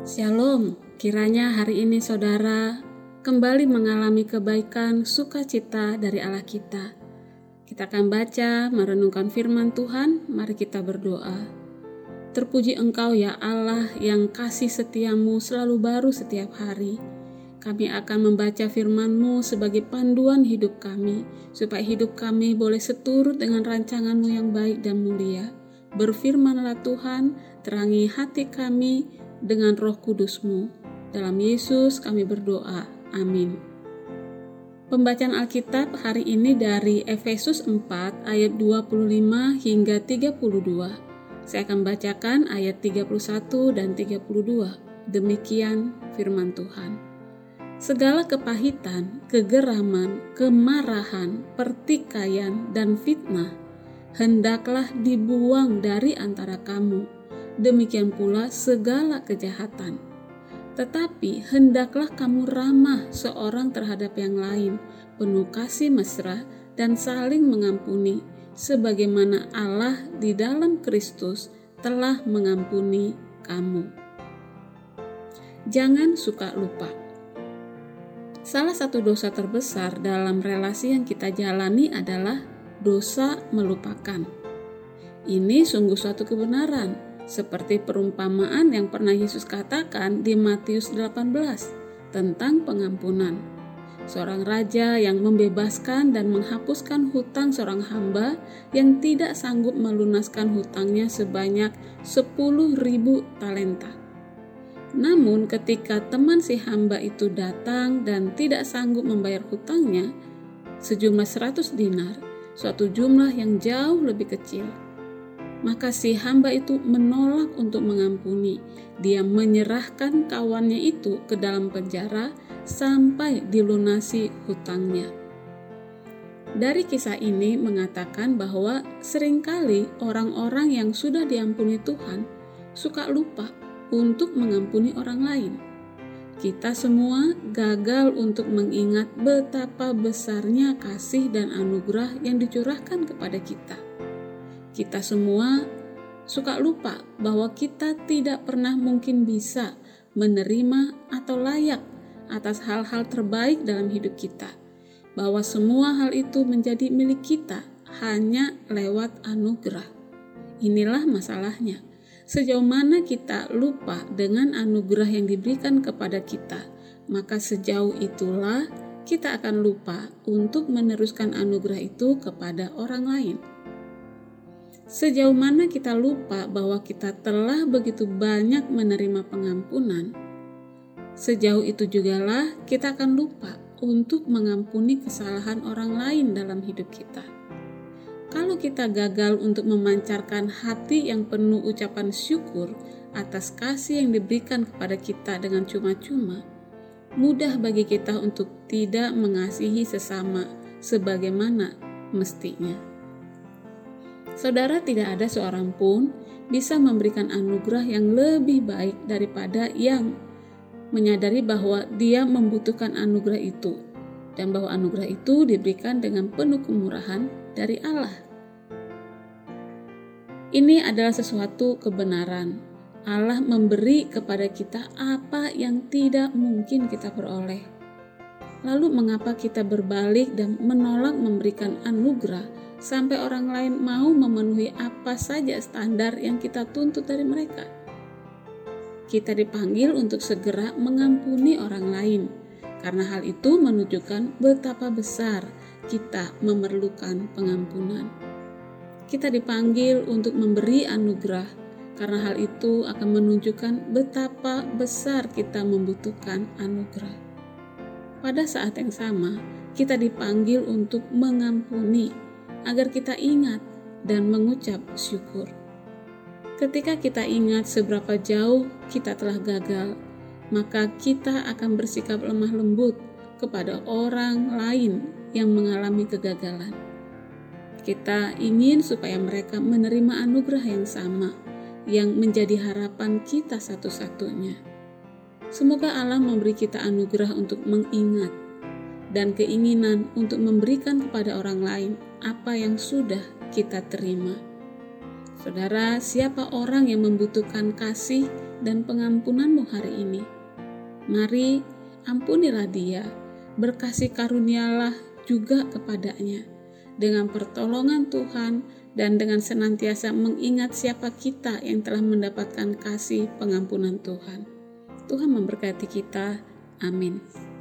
Shalom, kiranya hari ini saudara kembali mengalami kebaikan, sukacita dari Allah kita. Kita akan baca, merenungkan firman Tuhan, mari kita berdoa. Terpuji Engkau ya Allah yang kasih setiamu selalu baru setiap hari. Kami akan membaca firman-Mu sebagai panduan hidup kami, supaya hidup kami boleh seturut dengan rancangan-Mu yang baik dan mulia. Berfirmanlah Tuhan, terangi hati kami dengan Roh Kudus-Mu. Dalam Yesus kami berdoa. Amin. Pembacaan Alkitab hari ini dari Efesus 4 ayat 25 hingga 32. Saya akan bacakan ayat 31 dan 32. Demikian firman Tuhan. Segala kepahitan, kegeraman, kemarahan, pertikaian, dan fitnah hendaklah dibuang dari antara kamu. Demikian pula segala kejahatan. Tetapi hendaklah kamu ramah seorang terhadap yang lain, penuh kasih mesra dan saling mengampuni, sebagaimana Allah di dalam Kristus telah mengampuni kamu. Jangan suka lupa. Salah satu dosa terbesar dalam relasi yang kita jalani adalah dosa melupakan. Ini sungguh suatu kebenaran, seperti perumpamaan yang pernah Yesus katakan di Matius 18 tentang pengampunan. Seorang raja yang membebaskan dan menghapuskan hutang seorang hamba yang tidak sanggup melunaskan hutangnya sebanyak 10.000 talenta. Namun ketika teman si hamba itu datang dan tidak sanggup membayar hutangnya sejumlah 100 dinar, suatu jumlah yang jauh lebih kecil, maka si hamba itu menolak untuk mengampuni. Dia menyerahkan kawannya itu ke dalam penjara sampai dilunasi hutangnya. Dari kisah ini mengatakan bahwa seringkali orang-orang yang sudah diampuni Tuhan suka lupa untuk mengampuni orang lain. Kita semua gagal untuk mengingat betapa besarnya kasih dan anugerah yang dicurahkan kepada kita. Kita semua suka lupa bahwa kita tidak pernah mungkin bisa menerima atau layak atas hal-hal terbaik dalam hidup kita. Bahwa semua hal itu menjadi milik kita hanya lewat anugerah. Inilah masalahnya. Sejauh mana kita lupa dengan anugerah yang diberikan kepada kita, maka sejauh itulah kita akan lupa untuk meneruskan anugerah itu kepada orang lain. Sejauh mana kita lupa bahwa kita telah begitu banyak menerima pengampunan, sejauh itu jugalah kita akan lupa untuk mengampuni kesalahan orang lain dalam hidup kita. Kalau kita gagal untuk memancarkan hati yang penuh ucapan syukur atas kasih yang diberikan kepada kita dengan cuma-cuma, mudah bagi kita untuk tidak mengasihi sesama sebagaimana mestinya. Saudara, tidak ada seorang pun bisa memberikan anugerah yang lebih baik daripada yang menyadari bahwa dia membutuhkan anugerah itu, dan bahwa anugerah itu diberikan dengan penuh kemurahan dari Allah. Ini adalah sesuatu kebenaran. Allah memberi kepada kita apa yang tidak mungkin kita peroleh. Lalu mengapa kita berbalik dan menolak memberikan anugerah sampai orang lain mau memenuhi apa saja standar yang kita tuntut dari mereka? Kita dipanggil untuk segera mengampuni orang lain, karena hal itu menunjukkan betapa besar kita memerlukan pengampunan. Kita dipanggil untuk memberi anugerah, karena hal itu akan menunjukkan betapa besar kita membutuhkan anugerah. Pada saat yang sama, kita dipanggil untuk mengampuni, agar kita ingat dan mengucap syukur. Ketika kita ingat seberapa jauh kita telah gagal, maka kita akan bersikap lemah lembut kepada orang lain yang mengalami kegagalan. Kita ingin supaya mereka menerima anugerah yang sama, yang menjadi harapan kita satu-satunya. Semoga Allah memberi kita anugerah untuk mengingat dan keinginan untuk memberikan kepada orang lain apa yang sudah kita terima. Saudara, siapa orang yang membutuhkan kasih dan pengampunan-Mu hari ini. Mari ampunilah dia, berkasih karunialah juga kepadanya. Dengan pertolongan Tuhan dan dengan senantiasa mengingat siapa kita yang telah mendapatkan kasih pengampunan Tuhan. Tuhan memberkati kita. Amin.